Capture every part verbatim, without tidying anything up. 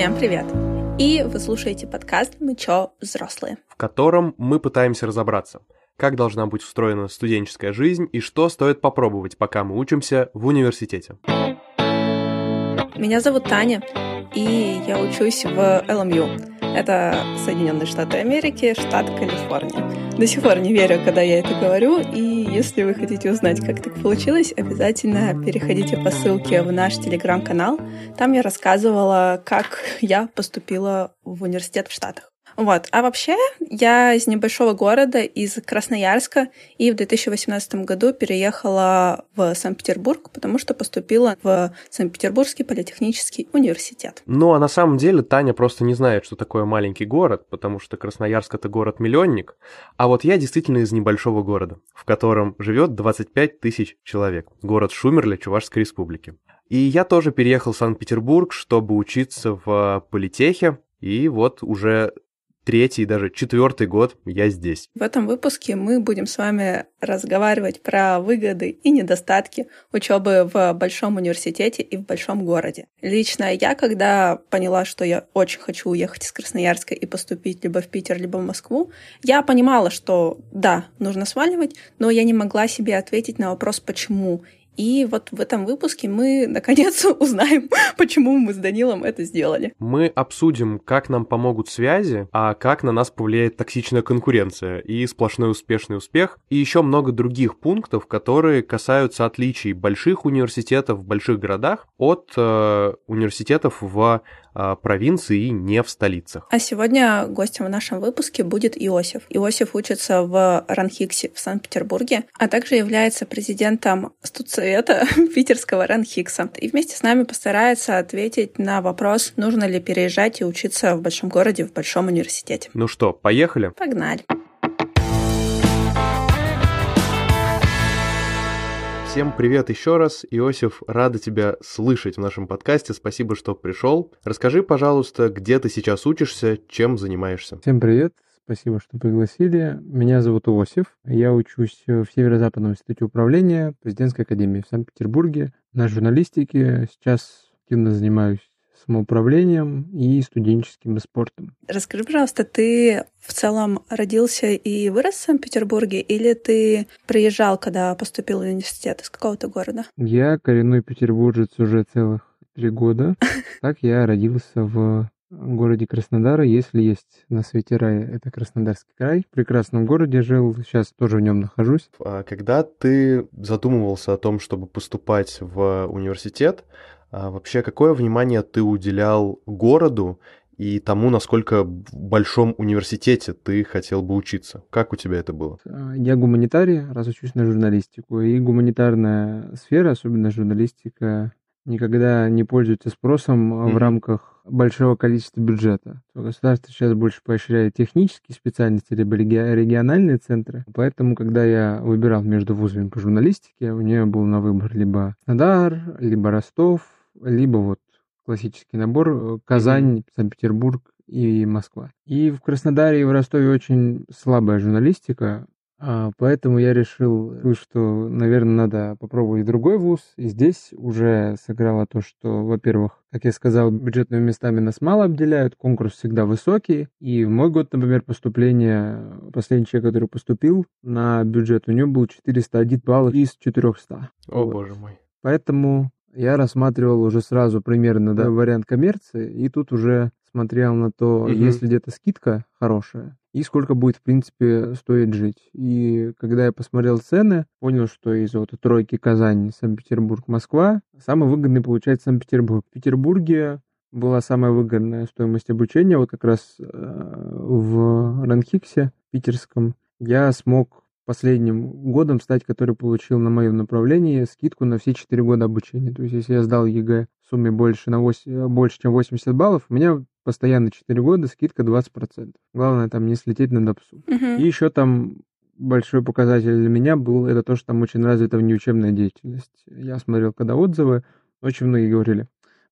Всем привет! И вы слушаете подкаст «Мы чё, взрослые?», в котором мы пытаемся разобраться, как должна быть устроена студенческая жизнь и что стоит попробовать, пока мы учимся в университете. Меня зовут Таня, и я учусь в эл эм ю. Это Соединенные Штаты Америки, штат Калифорния. До сих пор не верю, когда я это говорю, и если вы хотите узнать, как так получилось, обязательно переходите по ссылке в наш телеграм-канал. Там я рассказывала, как я поступила в университет в Штатах. Вот. А вообще, я из небольшого города, из Красноярска, и в две тысячи восемнадцатом году переехала в Санкт-Петербург, потому что поступила в Санкт-Петербургский политехнический университет. Ну, а на самом деле Таня просто не знает, что такое маленький город, потому что Красноярск — это город-миллионник, а вот я действительно из небольшого города, в котором живет двадцать пять тысяч человек, город Шумерля Чувашской Республики. И я тоже переехал в Санкт-Петербург, чтобы учиться в политехе, и вот уже третий, даже четвертый год я здесь. В этом выпуске мы будем с вами разговаривать про выгоды и недостатки учебы в большом университете и в большом городе. Лично я, когда поняла, что я очень хочу уехать из Красноярска и поступить либо в Питер, либо в Москву, я понимала, что да, нужно сваливать, но я не могла себе ответить на вопрос «почему?». И вот в этом выпуске мы, наконец, узнаем, почему мы с Данилом это сделали. Мы обсудим, как нам помогут связи, а как на нас повлияет токсичная конкуренция и сплошной успешный успех, и еще много других пунктов, которые касаются отличий больших университетов в больших городах от э, университетов в э, провинции и не в столицах. А сегодня гостем в нашем выпуске будет Иосиф. Иосиф учится в РАНХИКСе в Санкт-Петербурге, а также является президентом студсовета питерского РАНХИКСа. И вместе с нами постарается ответить на вопрос, нужно ли переезжать и учиться в большом городе, в большом университете. Ну что, поехали? Погнали. Всем привет еще раз. Иосиф, рада тебя слышать в нашем подкасте. Спасибо, что пришел. Расскажи, пожалуйста, где ты сейчас учишься, чем занимаешься? Всем привет. Спасибо, что пригласили. Меня зовут Иосиф. Я учусь в Северо-Западном институте управления Президентской академии в Санкт-Петербурге на журналистике. Сейчас активно занимаюсь самоуправлением и студенческим и спортом. Расскажи, пожалуйста, ты в целом родился и вырос в Санкт-Петербурге, или ты приезжал, когда поступил в университет, из какого-то города? Я коренной петербуржец уже целых три года. Так я родился в в городе Краснодара, если есть на свете рай, это Краснодарский край. В прекрасном городе жил, сейчас тоже в нем нахожусь. Когда ты задумывался о том, чтобы поступать в университет, вообще какое внимание ты уделял городу и тому, насколько в большом университете ты хотел бы учиться? Как у тебя это было? Я гуманитарий, раз учусь на журналистику, и гуманитарная сфера, особенно журналистика, никогда не пользуется спросом mm-hmm. в рамках большого количества бюджета. Государство сейчас больше поощряет технические специальности либо региональные центры. Поэтому, когда я выбирал между вузами по журналистике, у меня был на выбор либо Краснодар, либо Ростов, либо вот классический набор Казань, mm-hmm. Санкт-Петербург и Москва. И в Краснодаре и в Ростове очень слабая журналистика. А, поэтому я решил, что, наверное, надо попробовать другой вуз. И здесь уже сыграло то, что, во-первых, как я сказал, бюджетными местами нас мало обделяют, конкурс всегда высокий. И в мой год, например, поступления, последний человек, который поступил на бюджет, у него был четыреста один балл из четырехсот. О, вот. Боже мой. Поэтому я рассматривал уже сразу примерно да, вариант коммерции, и тут уже смотрел на то, угу. есть ли где-то скидка хорошая, и сколько будет, в принципе, стоить жить. И когда я посмотрел цены, понял, что из вот тройки Казань, Санкт-Петербург, Москва, самый выгодный получается Санкт-Петербург. В Петербурге была самая выгодная стоимость обучения, вот как раз в РАНХИКСе питерском я смог последним годом стать, который получил на моем направлении скидку на все четыре года обучения. То есть, если я сдал ЕГЭ в сумме больше, на восемь, больше чем восемьдесят баллов, у меня постоянно четыре года скидка двадцать процентов. Главное там не слететь на допсу. Uh-huh. И еще там большой показатель для меня был это то, что там очень развита внеучебная деятельность. Я смотрел, когда отзывы, очень многие говорили,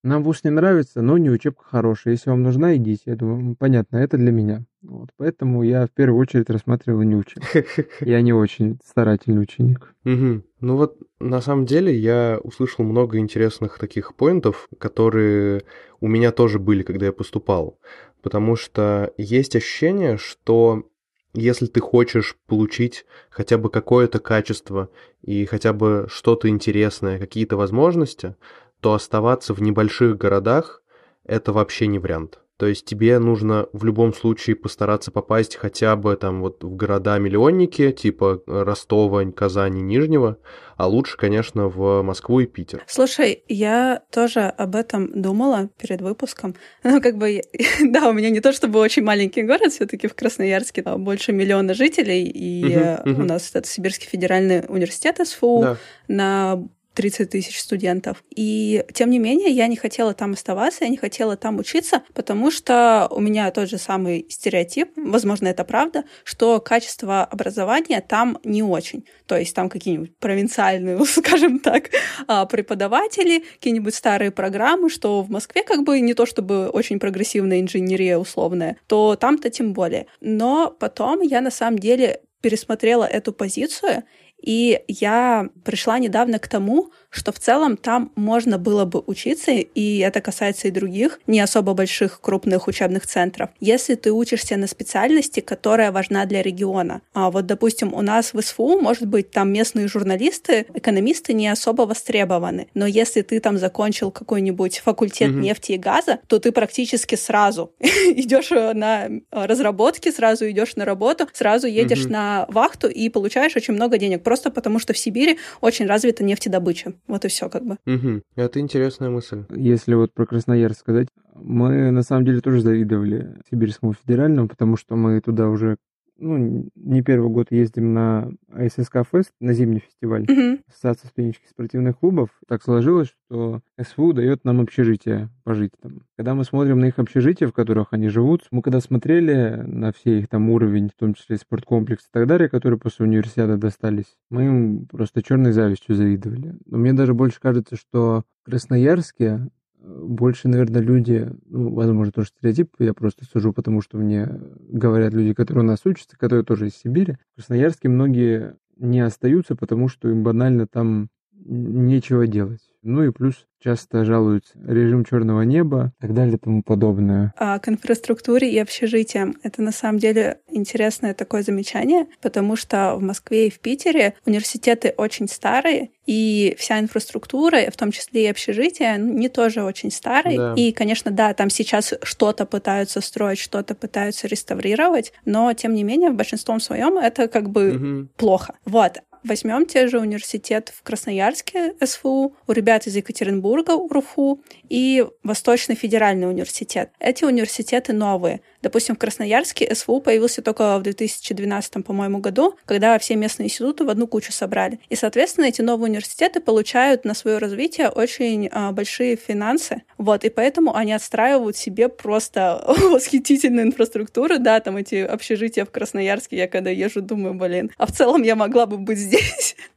Нам вуз не нравится, но не учебка хорошая. Если вам нужна, идите. Я думаю, понятно, это для меня. Вот, поэтому я в первую очередь рассматривал не учебку. Я не очень старательный ученик. Угу. Ну вот, на самом деле, я услышал много интересных таких поинтов, которые у меня тоже были, когда я поступал. Потому что есть ощущение, что если ты хочешь получить хотя бы какое-то качество и хотя бы что-то интересное, какие-то возможности, то оставаться в небольших городах – это вообще не вариант. То есть тебе нужно в любом случае постараться попасть хотя бы там вот в города-миллионники, типа Ростова, Казани, Нижнего, а лучше, конечно, в Москву и Питер. Слушай, я тоже об этом думала перед выпуском. Ну, как бы, да, у меня не то чтобы очень маленький город, все-таки в Красноярске там больше миллиона жителей, и uh-huh, uh-huh. у нас это Сибирский федеральный университет эс эф у да. на тридцать тысяч студентов. И, тем не менее, я не хотела там оставаться, я не хотела там учиться, потому что у меня тот же самый стереотип, возможно, это правда, что качество образования там не очень. То есть там какие-нибудь провинциальные, скажем так, преподаватели, какие-нибудь старые программы, что в Москве как бы не то чтобы очень прогрессивная инженерия условная, то там-то тем более. Но потом я на самом деле пересмотрела эту позицию, и я пришла недавно к тому, что в целом там можно было бы учиться, и это касается и других, не особо больших крупных учебных центров, если ты учишься на специальности, которая важна для региона. А вот, допустим, у нас в эс эф у, может быть, там местные журналисты, экономисты не особо востребованы, но если ты там закончил какой-нибудь факультет mm-hmm. нефти и газа, то ты практически сразу идешь на разработки, сразу идешь на работу, сразу едешь mm-hmm. на вахту и получаешь очень много денег, просто потому что в Сибири очень развита нефтедобыча. Вот и все как бы. Угу. Это интересная мысль. Если вот про Красноярск сказать, мы на самом деле тоже завидовали Сибирскому федеральному, потому что мы туда уже ну, не первый год ездим на эй эс эс ка-фест, на зимний фестиваль, mm-hmm. Ассоциация студенческих спортивных клубов. Так сложилось, что эс эф у дает нам общежитие пожить там. Когда мы смотрим на их общежития, в которых они живут, мы когда смотрели на все их там уровень, в том числе спорткомплекс и так далее, которые после университета достались, мы им просто черной завистью завидовали. Но мне даже больше кажется, что в Красноярске больше, наверное, люди, ну, возможно, тоже стереотип, я просто сужу, потому что мне говорят люди, которые у нас учатся, которые тоже из Сибири. В Красноярске многие не остаются, потому что им банально там нечего делать. Ну и плюс часто жалуются режим черного неба и так далее и тому подобное. А к инфраструктуре и общежитиям. Это на самом деле интересное такое замечание, потому что в Москве и в Питере университеты очень старые, и вся инфраструктура, в том числе и общежития, не тоже очень старые. Да. И, конечно, да, там сейчас что-то пытаются строить, что-то пытаются реставрировать, но, тем не менее, в большинстве своем это как бы угу. плохо. Вот. Возьмем те же университет в Красноярске, эс эф у, у ребят из Екатеринбурга, УрФУ, и Восточный федеральный университет. Эти университеты новые. Допустим, в Красноярске эс эф у появился только в две тысячи двенадцатом, по-моему, году, когда все местные институты в одну кучу собрали. И, соответственно, эти новые университеты получают на свое развитие очень а, большие финансы. Вот, и поэтому они отстраивают себе просто восхитительную инфраструктуру. Да, там эти общежития в Красноярске, я когда езжу, думаю, блин, а в целом я могла бы быть здесь.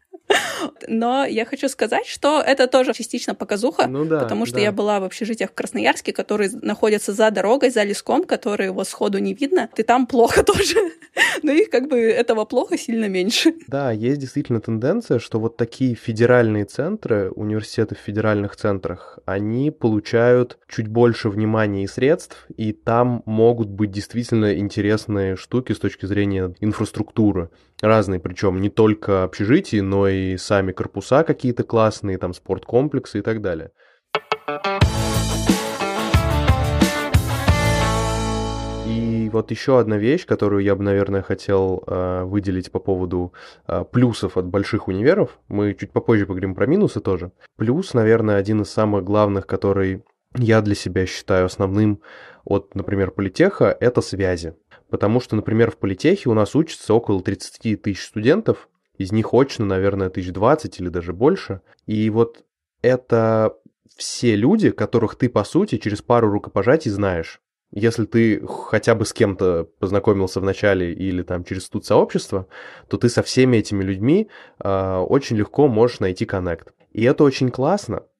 Но я хочу сказать, что это тоже частично показуха, ну да, потому что да. я была в общежитиях в Красноярске, которые находятся за дорогой, за леском, которые вот сходу не видно. И там плохо тоже. Но их как бы этого плохо сильно меньше. Да, есть действительно тенденция, что вот такие федеральные центры, университеты в федеральных центрах, они получают чуть больше внимания и средств, и там могут быть действительно интересные штуки с точки зрения инфраструктуры. Разные, причем не только общежития, но и сами корпуса какие-то классные, там спорткомплексы и так далее. И вот еще одна вещь, которую я бы, наверное, хотел э, выделить по поводу э, плюсов от больших универов. Мы чуть попозже поговорим про минусы тоже. Плюс, наверное, один из самых главных, который я для себя считаю основным от, например, политеха, это связи. Потому что, например, в политехе у нас учатся около тридцать тысяч студентов, из них очно, наверное, тысяч двадцать или даже больше. И вот это все люди, которых ты, по сути, через пару рукопожатий знаешь. Если ты хотя бы с кем-то познакомился в начале или там через тут сообщество, то ты со всеми этими людьми э, очень легко можешь найти коннект. И это очень классно,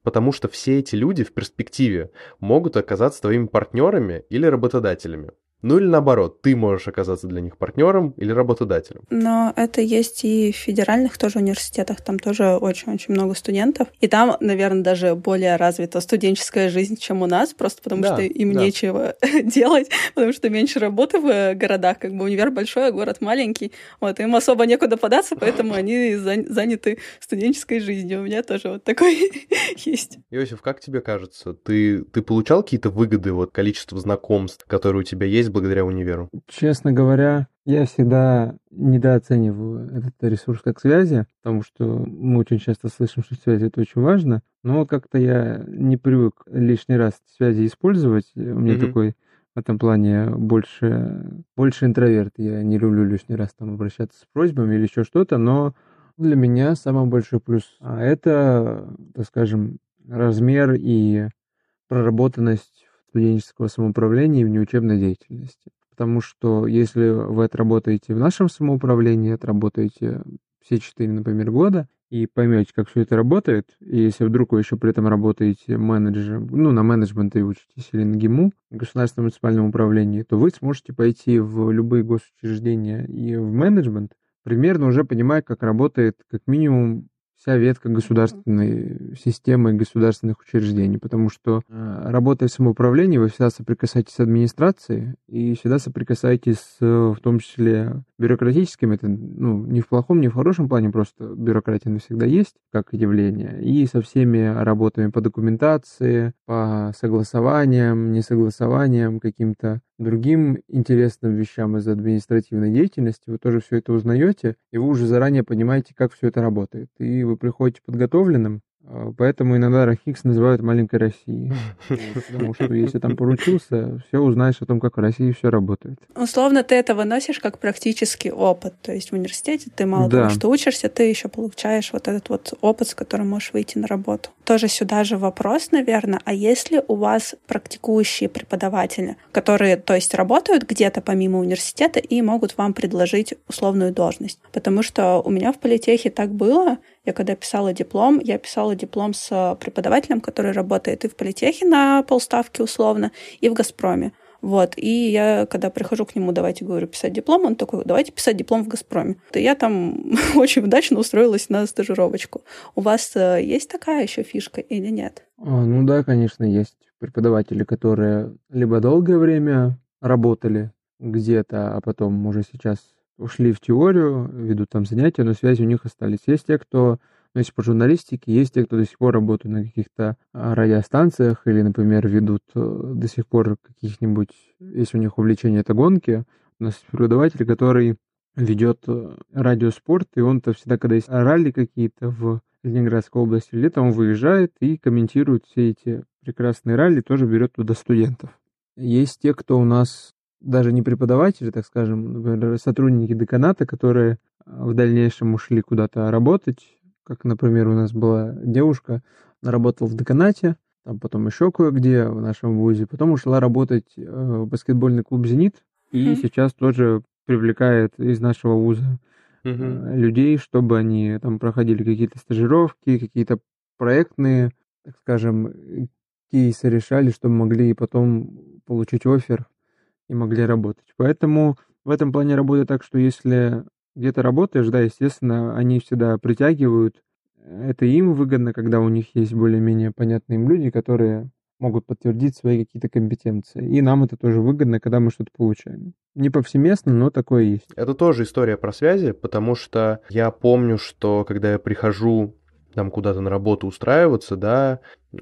потому что все эти люди в перспективе могут оказаться твоими партнерами или работодателями. Ну или наоборот, ты можешь оказаться для них партнером или работодателем. Но это есть и в федеральных тоже университетах, там тоже очень-очень много студентов. И там, наверное, даже более развита студенческая жизнь, чем у нас, просто потому да, что им да. нечего делать, потому что меньше работы в городах, как бы универ большой, а город маленький. Вот, им особо некуда податься, поэтому они заняты студенческой жизнью. У меня тоже вот такой есть. Иосиф, как тебе кажется, ты, ты получал какие-то выгоды, вот количество знакомств, которые у тебя есть благодаря универу? Честно говоря, я всегда недооцениваю этот ресурс как связи, потому что мы очень часто слышим, что связи — это очень важно, но как-то я не привык лишний раз связи использовать. У меня mm-hmm. такой в этом плане больше, больше интроверт. Я не люблю лишний раз там обращаться с просьбами или еще что-то, но для меня самый большой плюс — а это, так скажем, размер и проработанность студенческого самоуправления и внеучебной деятельности. Потому что если вы отработаете в нашем самоуправлении, отработаете все четыре, например, года, и поймете, как все это работает, и если вдруг вы еще при этом работаете менеджером, ну, на менеджмент и учитесь или на ГИМУ, государственном муниципальном управлении, то вы сможете пойти в любые госучреждения и в менеджмент, примерно уже понимая, как работает как минимум вся ветка государственной системы и государственных учреждений, потому что, работая в самоуправлении, вы всегда соприкасаетесь с администрацией и всегда соприкасаетесь с, в том числе, бюрократическим, это ну, не в плохом, не в хорошем плане, просто бюрократия навсегда есть как явление, и со всеми работами по документации, по согласованиям, несогласованиям, каким-то другим интересным вещам из административной деятельности, вы тоже все это узнаете, и вы уже заранее понимаете, как все это работает. И вы приходите подготовленным, поэтому иногда РАХИКС называют маленькой Россией. Потому что если там поручился, все узнаешь о том, как в России все работает. Условно ты это выносишь как практический опыт. То есть в университете ты мало да. того, что учишься, ты еще получаешь вот этот вот опыт, с которым можешь выйти на работу. Тоже сюда же вопрос, наверное, а если у вас практикующие преподаватели, которые, то есть, работают где-то помимо университета и могут вам предложить условную должность? Потому что у меня в политехе так было. Я когда писала диплом, я писала диплом с преподавателем, который работает и в политехе на полставки условно, и в «Газпроме». Вот. И я, когда прихожу к нему, давайте, говорю, писать диплом, он такой, давайте писать диплом в «Газпроме». И я там очень удачно устроилась на стажировочку. У вас есть такая еще фишка или нет? А, ну да, конечно, есть преподаватели, которые либо долгое время работали где-то, а потом уже сейчас ушли в теорию, ведут там занятия, но связи у них остались. Есть те, кто, ну, если по журналистике, есть те, кто до сих пор работают на каких-то радиостанциях или, например, ведут до сих пор каких-нибудь, если у них увлечение это гонки. У нас есть преподаватель, который ведет радиоспорт, и он-то всегда, когда есть ралли какие-то в Ленинградской области, летом он выезжает и комментирует все эти прекрасные ралли, тоже берет туда студентов. Есть те, кто у нас даже не преподаватели, так скажем, например, сотрудники деканата, которые в дальнейшем ушли куда-то работать, как, например, у нас была девушка, она работала в деканате, там потом еще кое-где в нашем вузе, потом ушла работать в баскетбольный клуб «Зенит», и mm-hmm. сейчас тоже привлекает из нашего вуза mm-hmm. людей, чтобы они там проходили какие-то стажировки, какие-то проектные, так скажем, кейсы решали, чтобы могли потом получить оффер и могли работать. Поэтому в этом плане работает так, что если где-то работаешь, да, естественно, они всегда притягивают. Это им выгодно, когда у них есть более-менее понятные им люди, которые могут подтвердить свои какие-то компетенции. И нам это тоже выгодно, когда мы что-то получаем. Не повсеместно, но такое есть. Это тоже история про связи, потому что я помню, что когда я прихожу там куда-то на работу устраиваться, да,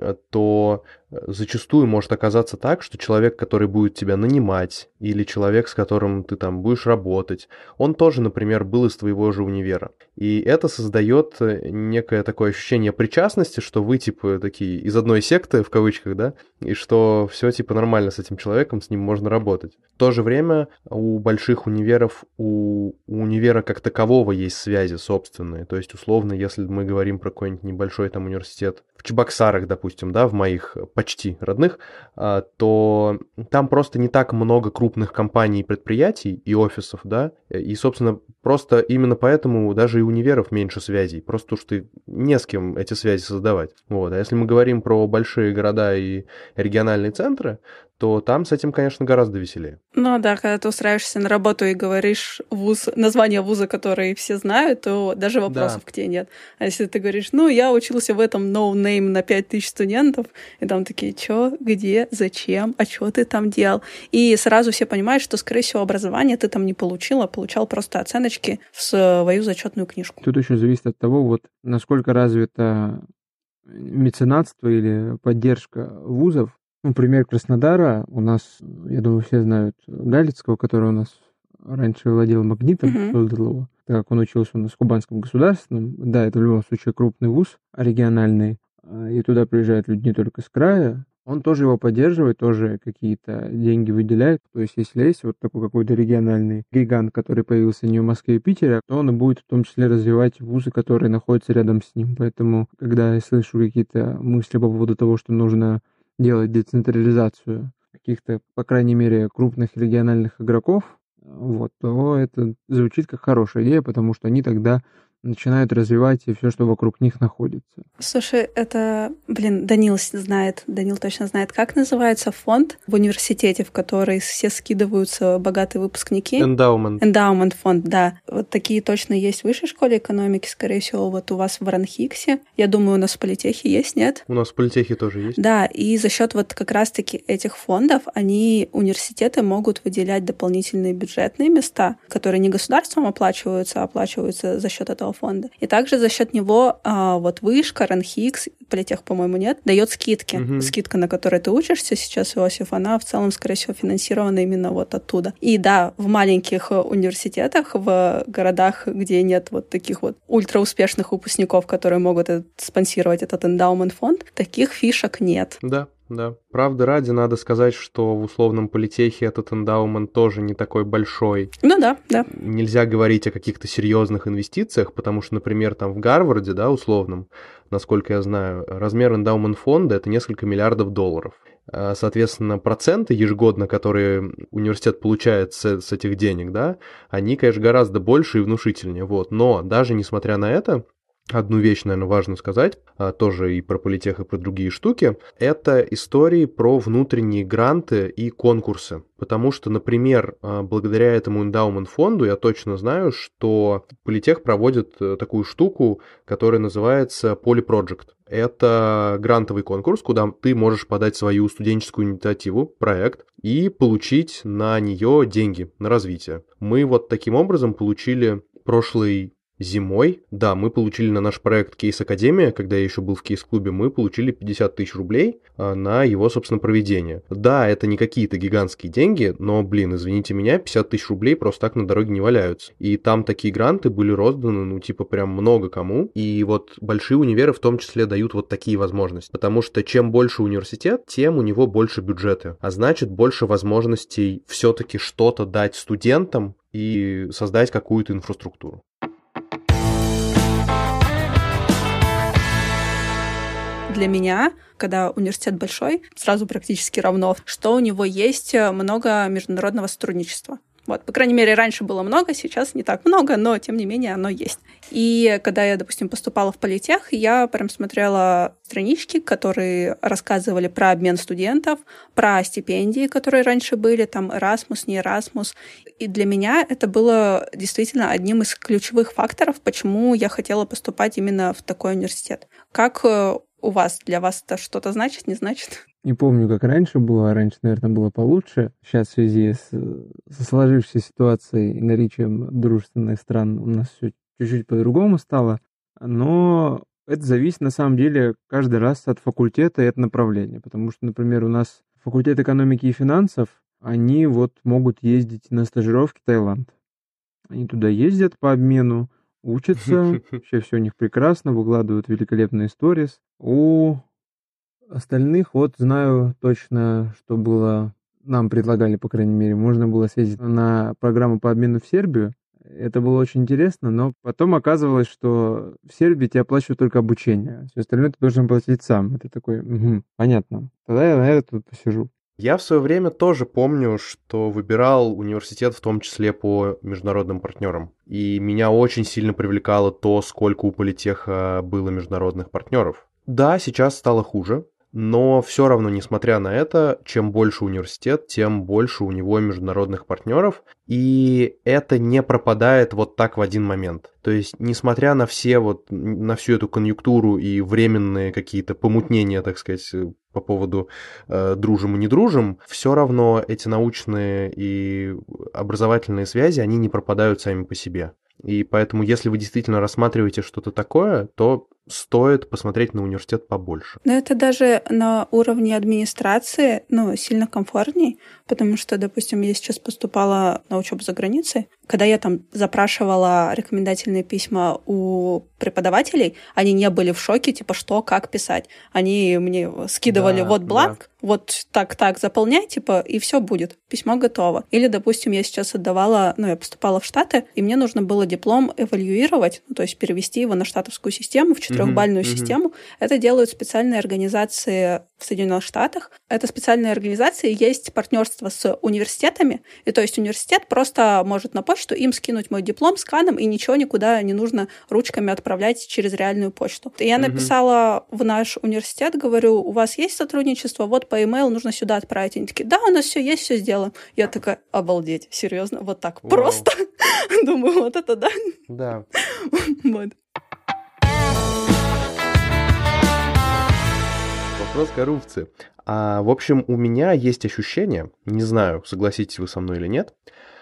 то зачастую может оказаться так, что человек, который будет тебя нанимать, или человек, с которым ты там будешь работать, он тоже, например, был из твоего же универа. И это создает некое такое ощущение причастности, что вы, типа, такие из одной секты, в кавычках, да, и что все, типа, нормально с этим человеком, с ним можно работать. В то же время у больших универов, у, у универа как такового есть связи собственные. То есть, условно, если мы говорим про какой-нибудь небольшой там университет в Чебоксарах, допустим, да, в моих почти родных, то там просто не так много крупных компаний и предприятий и офисов, да, и, собственно, Просто именно поэтому даже и у универов меньше связей. Просто уж ты не с кем эти связи создавать. Вот. А если мы говорим про большие города и региональные центры, то там с этим, конечно, гораздо веселее. Ну да, когда ты устраиваешься на работу и говоришь вуз, название вуза, который все знают, то даже вопросов да. к тебе нет. А если ты говоришь, ну, я учился в этом no-name на пять тысяч студентов, и там такие, чё, где, зачем, а чё ты там делал? И сразу все понимают, что, скорее всего, образование ты там не получил, а получал просто оценочки в свою зачетную книжку. Тут еще зависит от того, вот насколько развито меценатство или поддержка вузов. Ну, пример Краснодара. У нас, я думаю, все знают Галицкого, который у нас раньше владел Магнитом, uh-huh. создал его, так как он учился у нас в Кубанском государственном. Да, это в любом случае крупный вуз, региональный, и туда приезжают люди не только с края. Он тоже его поддерживает, тоже какие-то деньги выделяет. То есть, если есть вот такой какой-то региональный гигант, который появился не в Москве и Питере, то он и будет в том числе развивать вузы, которые находятся рядом с ним. Поэтому, когда я слышу какие-то мысли по поводу того, что нужно делать децентрализацию каких-то, по крайней мере, крупных региональных игроков, вот, то это звучит как хорошая идея, потому что они тогда начинают развивать и все, что вокруг них находится. Слушай, это, блин, Данил знает, Данил точно знает, как называется фонд в университете, в который все скидываются богатые выпускники? Эндаумент. Эндаумент фонд, да. Вот такие точно есть в высшей школе экономики, скорее всего, вот у вас в Ранхиксе. Я думаю, у нас в политехе есть, нет? У нас в политехе тоже есть. Да, и за счет вот как раз-таки этих фондов они, университеты, могут выделять дополнительные бюджетные места, которые не государством оплачиваются, а оплачиваются за счет этого фонда. И также за счет него а, вот вышка, Ранхикс, политех, по-моему, нет, дает скидки. Угу. Скидка, на которой ты учишься сейчас, Иосиф, она в целом, скорее всего, финансирована именно вот оттуда. И да, в маленьких университетах, в городах, где нет вот таких вот ультрауспешных выпускников, которые могут спонсировать этот эндаумент-фонд, таких фишек нет. Да. Да, правда ради надо сказать, что в условном политехе этот эндаумент тоже не такой большой. Ну да, да. Нельзя говорить о каких-то серьезных инвестициях, потому что, например, там в Гарварде, да, условном, насколько я знаю, размер эндаумент фонда — это несколько миллиардов долларов. Соответственно, проценты ежегодно, которые университет получает с, с этих денег, да, они, конечно, гораздо больше и внушительнее. Вот. Но даже несмотря на это, одну вещь, наверное, важно сказать, тоже и про политех, и про другие штуки, это истории про внутренние гранты и конкурсы. Потому что, например, благодаря этому эндаумент-фонду я точно знаю, что политех проводит такую штуку, которая называется Polyproject. Это грантовый конкурс, куда ты можешь подать свою студенческую инициативу, проект, и получить на нее деньги на развитие. Мы вот таким образом получили прошлый зимой, да, мы получили на наш проект Кейс Академия, когда я еще был в Кейс-клубе, мы получили пятьдесят тысяч рублей на его, собственно, проведение. Да, это не какие-то гигантские деньги, но, блин, извините меня, пятьдесят тысяч рублей просто так на дороге не валяются. И там такие гранты были розданы, ну, типа, прям много кому. И вот большие универы в том числе дают вот такие возможности. Потому что чем больше университет, тем у него больше бюджеты. А значит, больше возможностей все-таки что-то дать студентам и создать какую-то инфраструктуру. Для меня, когда университет большой, сразу практически равно, что у него есть много международного сотрудничества. Вот, по крайней мере, раньше было много, сейчас не так много, но, тем не менее, оно есть. И когда я, допустим, поступала в политех, я прям смотрела странички, которые рассказывали про обмен студентов, про стипендии, которые раньше были, там, Erasmus, не Erasmus. И для меня это было действительно одним из ключевых факторов, почему я хотела поступать именно в такой университет. Как у вас? Для вас это что-то значит, не значит? Не помню, как раньше было. Раньше, наверное, было получше. Сейчас в связи с, со сложившейся ситуацией и наличием дружественных стран у нас все чуть-чуть по-другому стало. Но это зависит, на самом деле, каждый раз от факультета и от направления. Потому что, например, у нас факультет экономики и финансов, они вот могут ездить на стажировки в Таиланд. Они туда ездят по обмену, учатся, вообще все у них прекрасно, выкладывают великолепные сторис. У остальных, вот знаю точно, что было, нам предлагали, по крайней мере, можно было съездить на программу по обмену в Сербию. Это было очень интересно, но потом оказывалось, что в Сербии тебе оплачивают только обучение, все остальное ты должен платить сам. Это такой, угу, понятно. Тогда я, наверное, тут посижу. Я в свое время тоже помню, что выбирал университет в том числе по международным партнерам. И меня очень сильно привлекало то, сколько у политеха было международных партнеров. Да, сейчас стало хуже, но все равно, несмотря на это, чем больше университет, тем больше у него международных партнеров, и это не пропадает вот так в один момент. То есть, несмотря на все вот, на всю эту конъюнктуру и временные какие-то помутнения, так сказать, по поводу э, дружим и не дружим, все равно эти научные и образовательные связи, они не пропадают сами по себе. И поэтому, если вы действительно рассматриваете что-то такое, то стоит посмотреть на университет побольше. Но это даже на уровне администрации, ну, сильно комфортней, потому что, допустим, я сейчас поступала на учебу за границей, когда я там запрашивала рекомендательные письма у преподавателей, они не были в шоке, типа, что, как писать. Они мне скидывали да, вот бланк, да. вот так-так заполняй, типа, и все будет, письмо готово. Или, допустим, я сейчас отдавала, ну, я поступала в Штаты, и мне нужно было диплом эвалюировать, ну, то есть перевести его на штатовскую систему, в четырехбальную mm-hmm. систему. Это делают специальные организации в Соединенных Штатах. Это специальные организации, есть партнерство с университетами, и то есть университет просто может на почту им скинуть мой диплом сканом, и ничего никуда не нужно ручками отправлять через реальную почту. И я mm-hmm. написала в наш университет, говорю, у вас есть сотрудничество, вот по e-mail нужно сюда отправить. Они такие, да, у нас все есть, все сделаем. Я такая, обалдеть, серьезно, вот так wow. просто. Думаю, вот это да. Да. Вот. Вопрос коррупции. А, в общем, у меня есть ощущение, не знаю, согласитесь вы со мной или нет,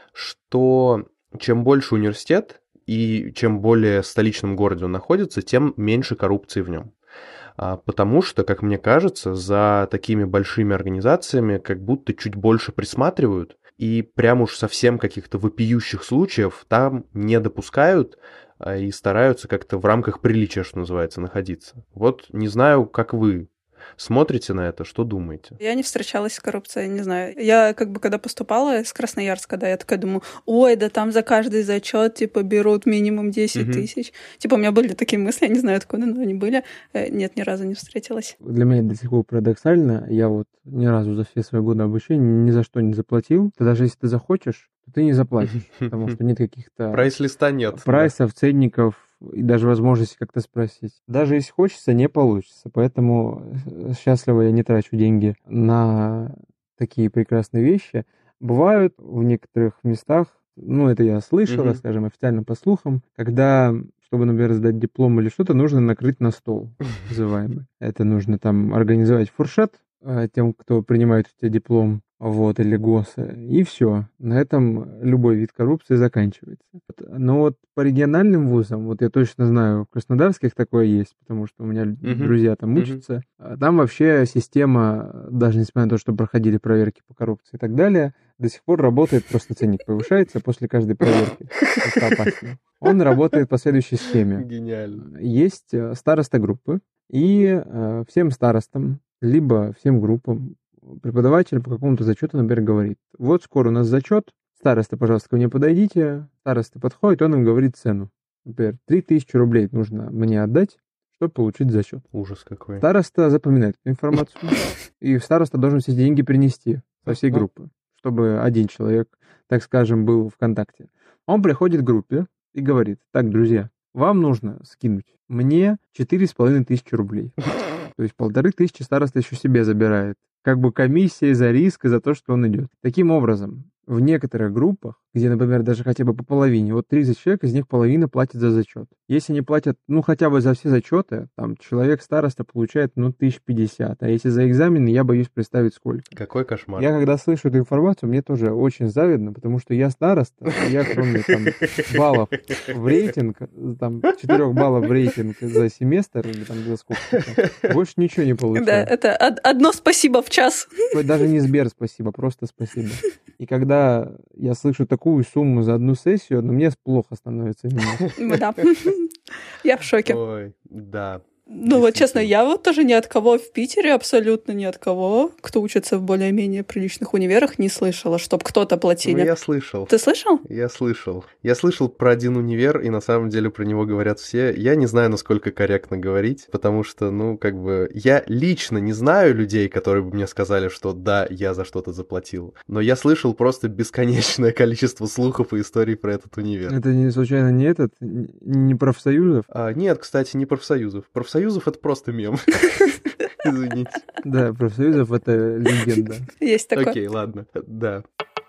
что чем больше университет и чем более в столичном городе он находится, тем меньше коррупции в нем. А, потому что, как мне кажется, за такими большими организациями как будто чуть больше присматривают, и прям уж совсем каких-то вопиющих случаев там не допускают а, и стараются как-то в рамках приличия, что называется, находиться. Вот не знаю, как вы смотрите на это, что думаете? Я не встречалась с коррупцией, не знаю. Я как бы когда поступала из Красноярска, да, я такая думаю, ой, да там за каждый зачет типа берут минимум десять uh-huh. тысяч. Типа у меня были такие мысли, я не знаю откуда, но они были. Нет, ни разу не встретилась. Для меня до сих пор парадоксально. Я вот ни разу за все свои годы обучения ни за что не заплатил. То даже если ты захочешь, то ты не заплатишь, потому что нет каких-то... Прайс-листа нет. Прайсов, да. ценников и даже возможности как-то спросить. Даже если хочется, не получится. Поэтому счастливо я не трачу деньги на такие прекрасные вещи. Бывают в некоторых местах, ну, это я слышала, mm-hmm. скажем, официально по слухам, когда, чтобы, например, сдать диплом или что-то, нужно накрыть на стол, называемый. Это нужно там организовать фуршет тем, кто принимает у тебя диплом, вот, или ГОСы, и все. На этом любой вид коррупции заканчивается. Но вот по региональным вузам, вот я точно знаю, в Краснодарских такое есть, потому что у меня uh-huh. друзья там учатся. Uh-huh. Там вообще система, даже несмотря на то, что проходили проверки по коррупции и так далее, до сих пор работает, просто ценник повышается после каждой проверки. Это опасно. Он работает по следующей схеме. Гениально. Есть староста группы, и э, всем старостам, либо всем группам, преподаватель по какому-то зачету, например, говорит, вот скоро у нас зачет, староста, пожалуйста, ко мне подойдите, староста подходит, он им говорит цену. Например, три тысячи рублей нужно мне отдать, чтобы получить зачет. Ужас какой. Староста запоминает эту информацию, и староста должен все деньги принести со всей группы, чтобы один человек, так скажем, был в контакте. Он приходит к группе и говорит, так, друзья, вам нужно скинуть мне четыре с половиной тысячи рублей. То есть полторы тысячи староста еще себе забирает. Как бы комиссия за риск и за то, что он идет. Таким образом, в некоторых группах, где, например, даже хотя бы по половине, вот тридцать человек, из них половина платит за зачет. Если они платят, ну, хотя бы за все зачеты, там, человек-староста получает, ну, тысяч пятьдесят. А если за экзамены, я боюсь представить, сколько. Какой кошмар. Я, когда слышу эту информацию, мне тоже очень завидно, потому что я староста, я, кроме, там, баллов в рейтинг, там, четырех баллов в рейтинг за семестр, или там за сколько, больше ничего не получаю. Да, это одно спасибо в час. Даже не Сбер спасибо, просто спасибо. И когда я слышу такую сумму за одну сессию, ну, мне плохо становится. Да, я в шоке. Ой, да. Ну вот честно, я вот тоже ни от кого в Питере, абсолютно ни от кого, кто учится в более-менее приличных универах, не слышала, чтоб кто-то платили. Ну, я слышал. Ты слышал? Я слышал. Я слышал про один универ, и на самом деле про него говорят все. Я не знаю, насколько корректно говорить, потому что, ну, как бы, я лично не знаю людей, которые бы мне сказали, что да, я за что-то заплатил. Но я слышал просто бесконечное количество слухов и историй про этот универ. Это не случайно не этот, не профсоюзов? А, нет, кстати, не профсоюзов. Профсоюзов — это просто мем. Извините. Да, профсоюзов — это легенда. Есть такое. Окей, ладно, да.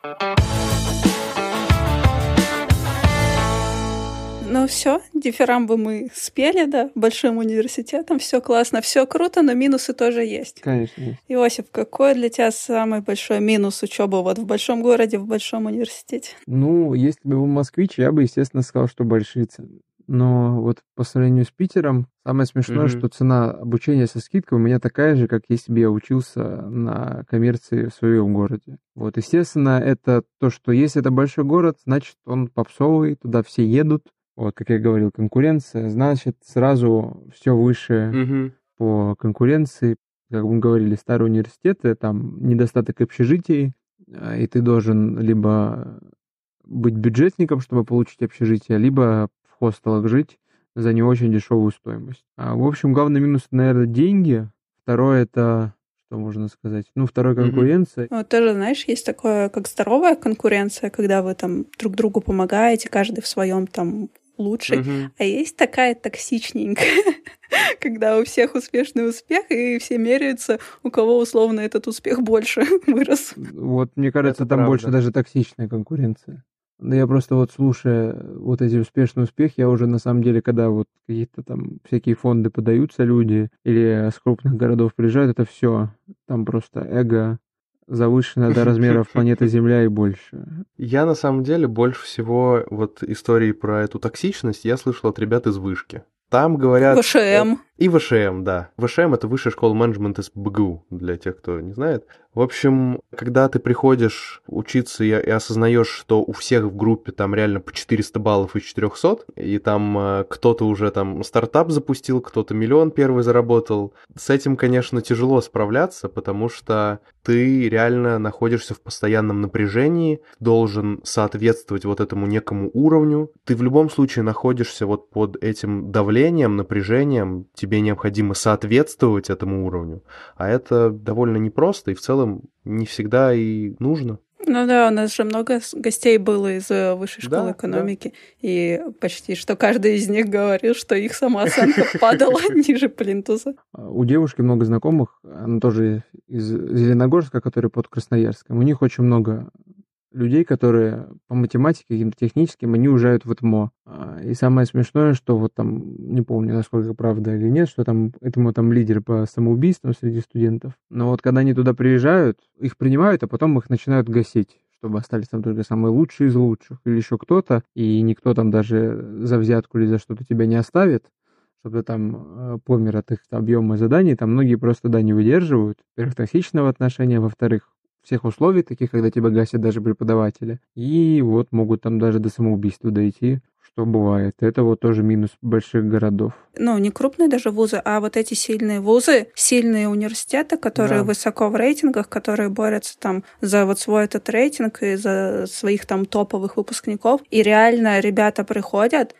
Ну все, дифирамбы мы спели, да, большим университетом, все классно, все круто, но минусы тоже есть. Конечно, есть. Иосиф, какой для тебя самый большой минус учебы вот в большом городе, в большом университете? Ну, если бы был москвич, я бы, естественно, сказал, что большие цены. Но вот по сравнению с Питером, самое смешное, Mm-hmm. что цена обучения со скидкой у меня такая же, как если бы я учился на коммерции в своем городе. Вот, естественно, это то, что если это большой город, значит, он попсовый, туда все едут. Вот, как я говорил, конкуренция, значит, сразу все выше Mm-hmm. по конкуренции. Как мы говорили, старые университеты, там недостаток общежитий, и ты должен либо быть бюджетником, чтобы получить общежитие, либо в хостелах жить за не очень дешевую стоимость. А, в общем, главный минус, наверное, деньги. Второе — это, что можно сказать, ну, второе — конкуренция. Вот тоже, знаешь, есть такое, как здоровая конкуренция, когда вы там друг другу помогаете, каждый в своем там лучший. Mm-hmm. А есть такая токсичненькая, когда у всех успешный успех, и все меряются, у кого условно этот успех больше вырос. Вот, мне кажется, Это там правда. больше даже токсичная конкуренция. Да я просто вот, слушая вот эти успешные успехи, я уже на самом деле, когда вот какие-то там всякие фонды подаются люди или с крупных городов приезжают, это все там просто эго завышено до размеров планеты Земля и больше. Я на самом деле больше всего вот истории про эту токсичность я слышал от ребят из вышки. Там говорят... ВШМ. И ВШМ, да. ВШМ — это Высшая школа менеджмента из БГУ, для тех, кто не знает. В общем, когда ты приходишь учиться и, и осознаешь, что у всех в группе там реально по четыреста баллов из четырехсот, и там э, кто-то уже там стартап запустил, кто-то миллион первый заработал, с этим, конечно, тяжело справляться, потому что ты реально находишься в постоянном напряжении, должен соответствовать вот этому некому уровню. Ты в любом случае находишься вот под этим давлением, напряжением, тебе необходимо соответствовать этому уровню, а это довольно непросто и в целом не всегда и нужно. Ну да, у нас же много гостей было из Высшей школы Да, экономики, да. И почти что каждый из них говорил, что их самооценка падала ниже плинтуса. У девушки много знакомых, она тоже из Зеленогорска, который под Красноярском. У них очень много людей, которые по математике, каким-то техническим, они уезжают в ИТМО. И самое смешное, что вот там, не помню, насколько правда или нет, что там ИТМО там лидер по самоубийствам среди студентов. Но вот когда они туда приезжают, их принимают, а потом их начинают гасить, чтобы остались там только самые лучшие из лучших. Или еще кто-то, и никто там даже за взятку или за что-то тебя не оставит, чтобы там помер от их объема заданий. Там многие просто, да, не выдерживают. Во-первых, токсичного отношения, во-вторых, всех условий, таких, когда тебя гасят даже преподаватели. И вот могут там даже до самоубийства дойти, что бывает. Это вот тоже минус больших городов. Ну, не крупные даже вузы, а вот эти сильные вузы, сильные университеты, которые да. высоко в рейтингах, которые борются там за вот свой этот рейтинг и за своих там топовых выпускников. И реально ребята приходят,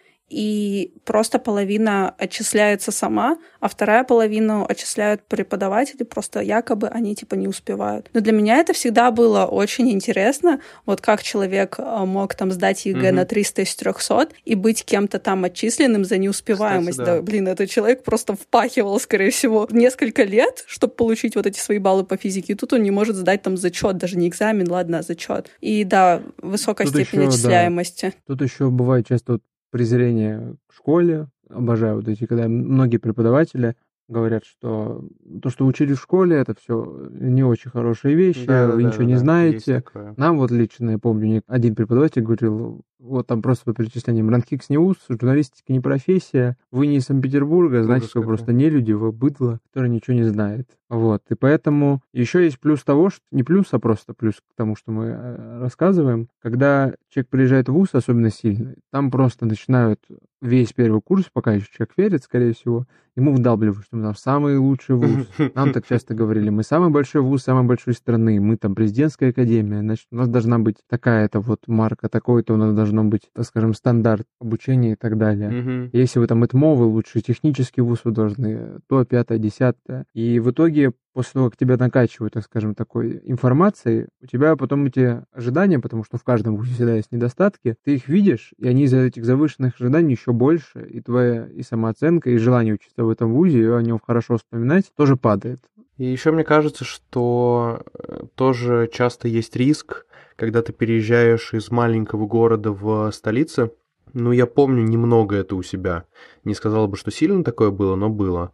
и просто половина отчисляется сама, а вторая половина отчисляют преподаватели, просто якобы они типа не успевают. Но для меня это всегда было очень интересно, вот как человек мог там сдать ЕГЭ угу. на триста из трехсот и быть кем-то там отчисленным за неуспеваемость. Кстати, да. Да, блин, этот человек просто впахивал, скорее всего, несколько лет, чтобы получить вот эти свои баллы по физике, и тут он не может сдать там зачет, даже не экзамен, ладно, а зачет. И да, высокая тут степень еще, отчисляемости. Да. Тут еще бывает часто вот презрение к школе. Обожаю вот эти, когда многие преподаватели говорят, что то, что учили в школе, это все не очень хорошие вещи, да, вы да, ничего да, не да, знаете. Нам вот лично, я помню, один преподаватель говорил, вот там просто по перечислениям, РАНХИКС не вуз, журналистика не профессия, вы не из Санкт-Петербурга, значит, вы просто не люди, вы быдло, которые ничего не знает. Вот, и поэтому еще есть плюс того, что не плюс, а просто плюс к тому, что мы э, рассказываем. Когда человек приезжает в вуз, особенно сильный, там просто начинают весь первый курс, пока еще человек верит, скорее всего, ему вдалбливают, что мы там самый лучший вуз. Нам так часто говорили, мы самый большой вуз самой большой страны, мы там президентская академия, значит, у нас должна быть такая-то вот марка, такой-то у нас должно быть, так скажем, стандарт обучения и так далее. Если вы там ЭТМО, вы лучший технический вуз, вы должны то, пятое, десятое. И в итоге после того, как тебя накачивают, так скажем, такой информацией, у тебя потом эти ожидания, потому что в каждом вузе всегда есть недостатки, ты их видишь, и они из-за этих завышенных ожиданий еще больше, и твоя и самооценка, и желание учиться в этом вузе, и о нем хорошо вспоминать, тоже падает. И еще мне кажется, что тоже часто есть риск, когда ты переезжаешь из маленького города в столицу. Ну, я помню немного это у себя. Не сказала бы, что сильно такое было, но было.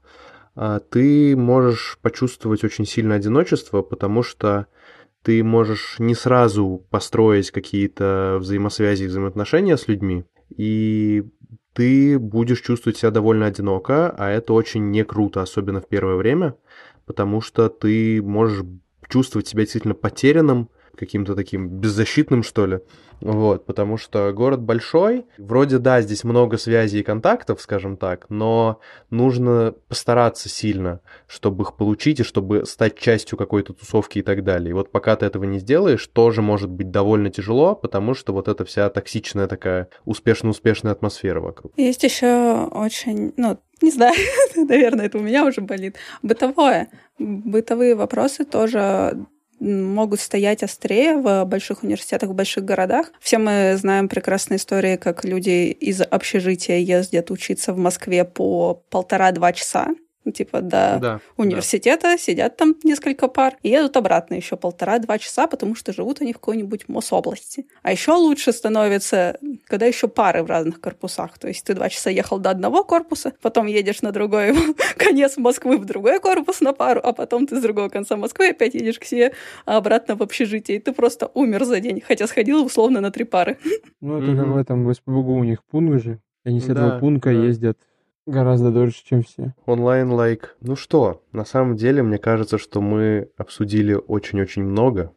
Ты можешь почувствовать очень сильное одиночество, потому что ты можешь не сразу построить какие-то взаимосвязи и взаимоотношения с людьми, и ты будешь чувствовать себя довольно одиноко, а это очень не круто, особенно в первое время, потому что ты можешь чувствовать себя действительно потерянным, каким-то таким беззащитным, что ли. Вот, потому что город большой, вроде, да, здесь много связей и контактов, скажем так, но нужно постараться сильно, чтобы их получить и чтобы стать частью какой-то тусовки и так далее. И вот пока ты этого не сделаешь, тоже может быть довольно тяжело, потому что вот эта вся токсичная такая успешно-успешная атмосфера вокруг. Есть еще очень, ну, не знаю, наверное, это у меня уже болит, бытовое. Бытовые вопросы тоже могут стоять острее в больших университетах, в больших городах. Все мы знаем прекрасные истории, как люди из общежития ездят учиться в Москве по полтора-два часа. Типа до да, университета, да. Сидят там несколько пар и едут обратно еще полтора-два часа, потому что живут они в какой-нибудь Мособласти. А еще лучше становится, когда еще пары в разных корпусах. То есть ты два часа ехал до одного корпуса, потом едешь на другой конец Москвы в другой корпус на пару, а потом ты с другого конца Москвы опять едешь к себе обратно в общежитие. И ты просто умер за день, хотя сходил условно на три пары. Ну, это как в этом, в СПбГУ у них пункт же. Они с этого да, пункта да. ездят гораздо дольше, чем все. Онлайн-лайк. Ну что, на самом деле, мне кажется, что мы обсудили очень-очень много.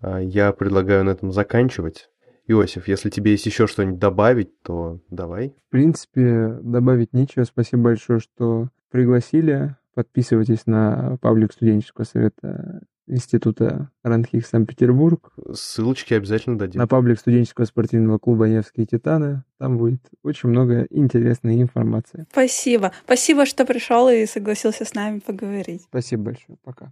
Я предлагаю на этом заканчивать. Иосиф, если тебе есть еще что-нибудь добавить, то давай. В принципе, добавить нечего. Спасибо большое, что пригласили. Подписывайтесь на паблик студенческого совета Института РАНХИК Санкт-Петербург. Ссылочки обязательно дадим. На паблик студенческого спортивного клуба «Невские Титаны». Там будет очень много интересной информации. Спасибо. Спасибо, что пришел и согласился с нами поговорить. Спасибо большое. Пока.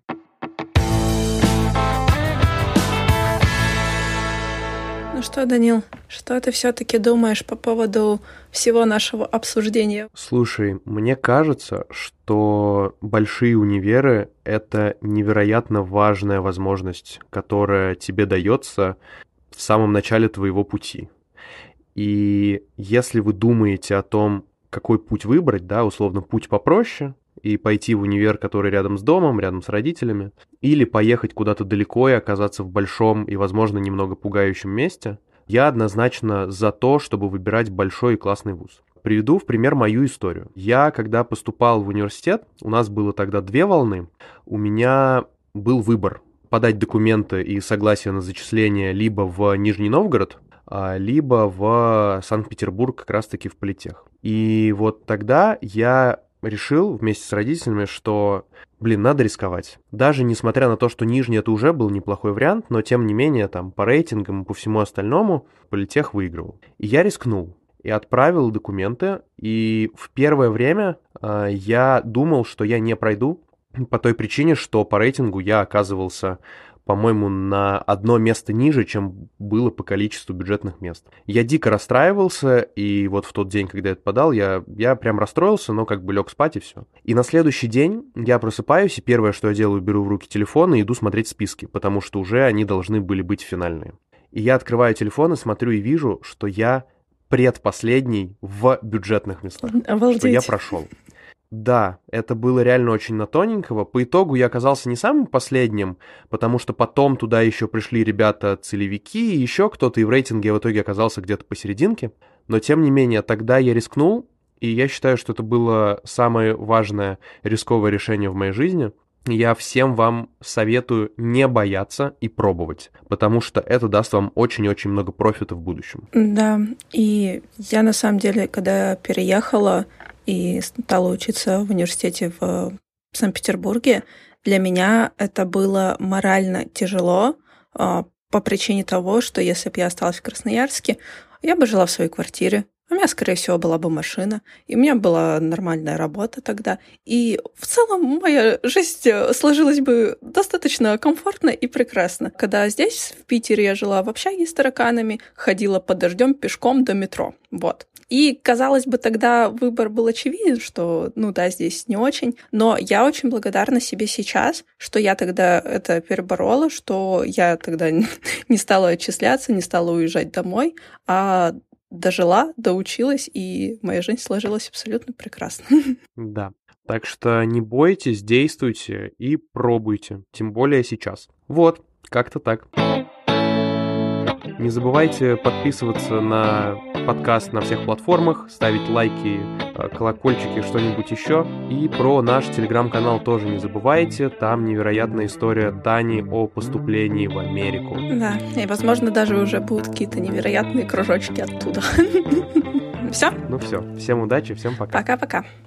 Ну что, Данил, что ты все-таки думаешь по поводу всего нашего обсуждения? Слушай, мне кажется, что большие универы — это невероятно важная возможность, которая тебе дается в самом начале твоего пути. И если вы думаете о том, какой путь выбрать, да, условно, путь попроще, и пойти в универ, который рядом с домом, рядом с родителями, или поехать куда-то далеко и оказаться в большом и, возможно, немного пугающем месте, я однозначно за то, чтобы выбирать большой и классный вуз. Приведу в пример мою историю. Я, когда поступал в университет, у нас было тогда две волны, у меня был выбор подать документы и согласие на зачисление либо в Нижний Новгород, либо в Санкт-Петербург, как раз-таки в политех. И вот тогда я решил вместе с родителями, что, блин, надо рисковать. Даже несмотря на то, что Нижний это уже был неплохой вариант, но тем не менее, там, по рейтингам и по всему остальному политех выигрывал. И я рискнул. И отправил документы. И в первое время э, я думал, что я не пройду, по той причине, что по рейтингу я оказывался, по-моему, на одно место ниже, чем было по количеству бюджетных мест. Я дико расстраивался, и вот в тот день, когда я это подал, я, я прям расстроился, но как бы лег спать и все. И на следующий день я просыпаюсь, и первое, что я делаю, беру в руки телефон и иду смотреть списки, потому что уже они должны были быть финальные. И я открываю телефон и смотрю и вижу, что я предпоследний в бюджетных местах. Обалдеть. Что я прошел. Да, это было реально очень на тоненького. По итогу я оказался не самым последним, потому что потом туда еще пришли ребята-целевики и еще кто-то, и в рейтинге я в итоге оказался где-то посерединке. Но тем не менее, тогда я рискнул, и я считаю, что это было самое важное рисковое решение в моей жизни. я всем вам советую не бояться и пробовать, потому что это даст вам очень-очень много профита в будущем. Да, и я на самом деле, когда переехала и стала учиться в университете в Санкт-Петербурге, для меня это было морально тяжело по причине того, что если бы я осталась в Красноярске, я бы жила в своей квартире, у меня, скорее всего, была бы машина, и у меня была нормальная работа тогда. И в целом моя жизнь сложилась бы достаточно комфортно и прекрасно. Когда здесь, в Питере, я жила в общаге с тараканами, ходила под дождем пешком до метро. Вот. И, казалось бы, тогда выбор был очевиден, что, ну да, здесь не очень. Но я очень благодарна себе сейчас, что я тогда это переборола, что я тогда не стала отчисляться, не стала уезжать домой, а дожила, доучилась, и моя жизнь сложилась абсолютно прекрасно. Да. Так что не бойтесь, действуйте и пробуйте. Тем более сейчас. Вот, как-то так. Не забывайте подписываться на подкаст на всех платформах, ставить лайки, колокольчики, что-нибудь еще. И про наш телеграм-канал тоже не забывайте. Там невероятная история Тани о поступлении в Америку. Да, и, возможно, даже уже будут какие-то невероятные кружочки оттуда. Все? Ну все, всем удачи, всем пока. Пока-пока.